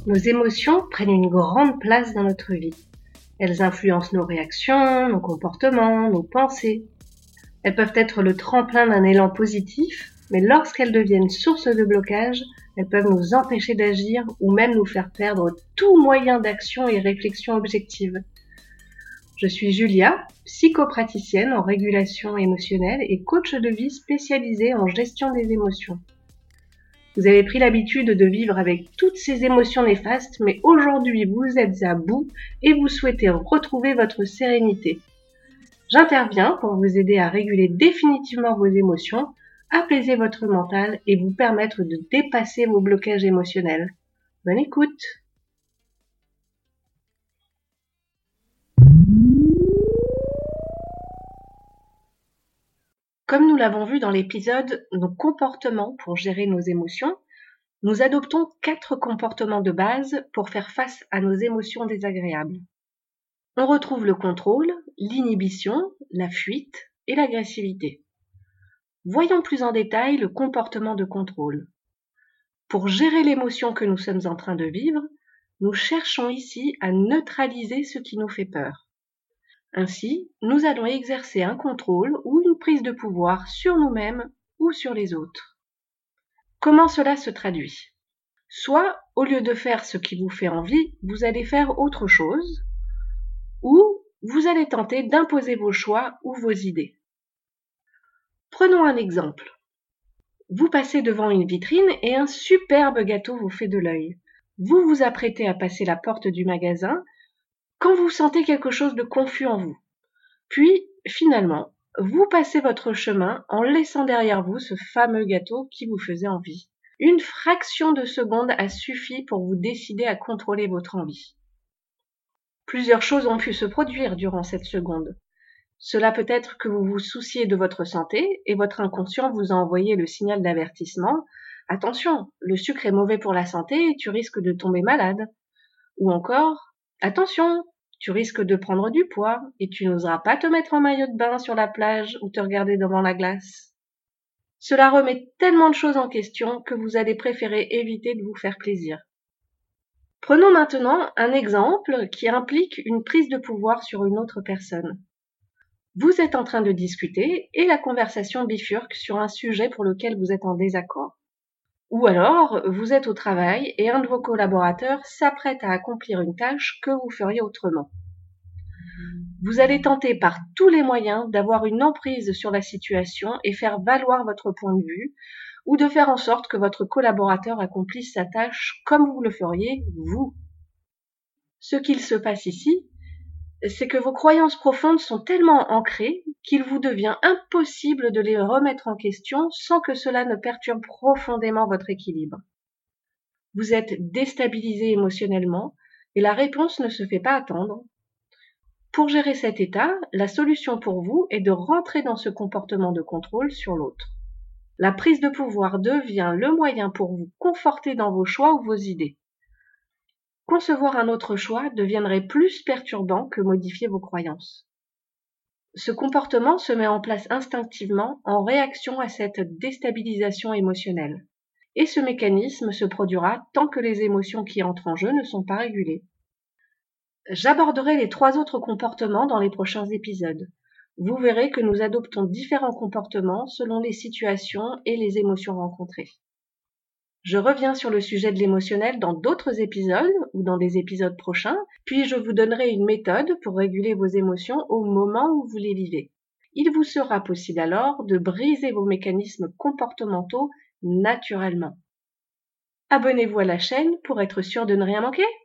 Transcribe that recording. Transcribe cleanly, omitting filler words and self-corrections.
Nos émotions prennent une grande place dans notre vie. Elles influencent nos réactions, nos comportements, nos pensées. Elles peuvent être le tremplin d'un élan positif, mais lorsqu'elles deviennent source de blocage, elles peuvent nous empêcher d'agir ou même nous faire perdre tout moyen d'action et réflexion objective. Je suis Julia, psychopraticienne en régulation émotionnelle et coach de vie spécialisée en gestion des émotions. Vous avez pris l'habitude de vivre avec toutes ces émotions néfastes, mais aujourd'hui vous êtes à bout et vous souhaitez retrouver votre sérénité. J'interviens pour vous aider à réguler définitivement vos émotions, apaiser votre mental et vous permettre de dépasser vos blocages émotionnels. Bonne écoute! Comme nous l'avons vu dans l'épisode « Nos comportements pour gérer nos émotions », nous adoptons 4 comportements de base pour faire face à nos émotions désagréables. On retrouve le contrôle, l'inhibition, la fuite et l'agressivité. Voyons plus en détail le comportement de contrôle. Pour gérer l'émotion que nous sommes en train de vivre, nous cherchons ici à neutraliser ce qui nous fait peur. Ainsi, nous allons exercer un contrôle ou une prise de pouvoir sur nous-mêmes ou sur les autres. Comment cela se traduit ? Soit, au lieu de faire ce qui vous fait envie, vous allez faire autre chose, ou vous allez tenter d'imposer vos choix ou vos idées. Prenons un exemple. Vous passez devant une vitrine et un superbe gâteau vous fait de l'œil. Vous vous apprêtez à passer la porte du magasin quand vous sentez quelque chose de confus en vous. Puis, finalement, vous passez votre chemin en laissant derrière vous ce fameux gâteau qui vous faisait envie. Une fraction de seconde a suffi pour vous décider à contrôler votre envie. Plusieurs choses ont pu se produire durant cette seconde. Cela peut être que vous vous souciez de votre santé et votre inconscient vous a envoyé le signal d'avertissement « Attention, le sucre est mauvais pour la santé et tu risques de tomber malade » ou encore « Attention, tu risques de prendre du poids et tu n'oseras pas te mettre en maillot de bain sur la plage ou te regarder devant la glace. » Cela remet tellement de choses en question que vous allez préférer éviter de vous faire plaisir. Prenons maintenant un exemple qui implique une prise de pouvoir sur une autre personne. Vous êtes en train de discuter et la conversation bifurque sur un sujet pour lequel vous êtes en désaccord. Ou alors, vous êtes au travail et un de vos collaborateurs s'apprête à accomplir une tâche que vous feriez autrement. Vous allez tenter par tous les moyens d'avoir une emprise sur la situation et faire valoir votre point de vue, ou de faire en sorte que votre collaborateur accomplisse sa tâche comme vous le feriez, vous. Ce qu'il se passe ici, c'est que vos croyances profondes sont tellement ancrées qu'il vous devient impossible de les remettre en question sans que cela ne perturbe profondément votre équilibre. Vous êtes déstabilisé émotionnellement et la réponse ne se fait pas attendre. Pour gérer cet état, la solution pour vous est de rentrer dans ce comportement de contrôle sur l'autre. La prise de pouvoir devient le moyen pour vous conforter dans vos choix ou vos idées. Concevoir un autre choix deviendrait plus perturbant que modifier vos croyances. Ce comportement se met en place instinctivement en réaction à cette déstabilisation émotionnelle. Et ce mécanisme se produira tant que les émotions qui entrent en jeu ne sont pas régulées. J'aborderai les 3 autres comportements dans les prochains épisodes. Vous verrez que nous adoptons différents comportements selon les situations et les émotions rencontrées. Je reviens sur le sujet de l'émotionnel dans d'autres épisodes ou dans des épisodes prochains, puis je vous donnerai une méthode pour réguler vos émotions au moment où vous les vivez. Il vous sera possible alors de briser vos mécanismes comportementaux naturellement. Abonnez-vous à la chaîne pour être sûr de ne rien manquer.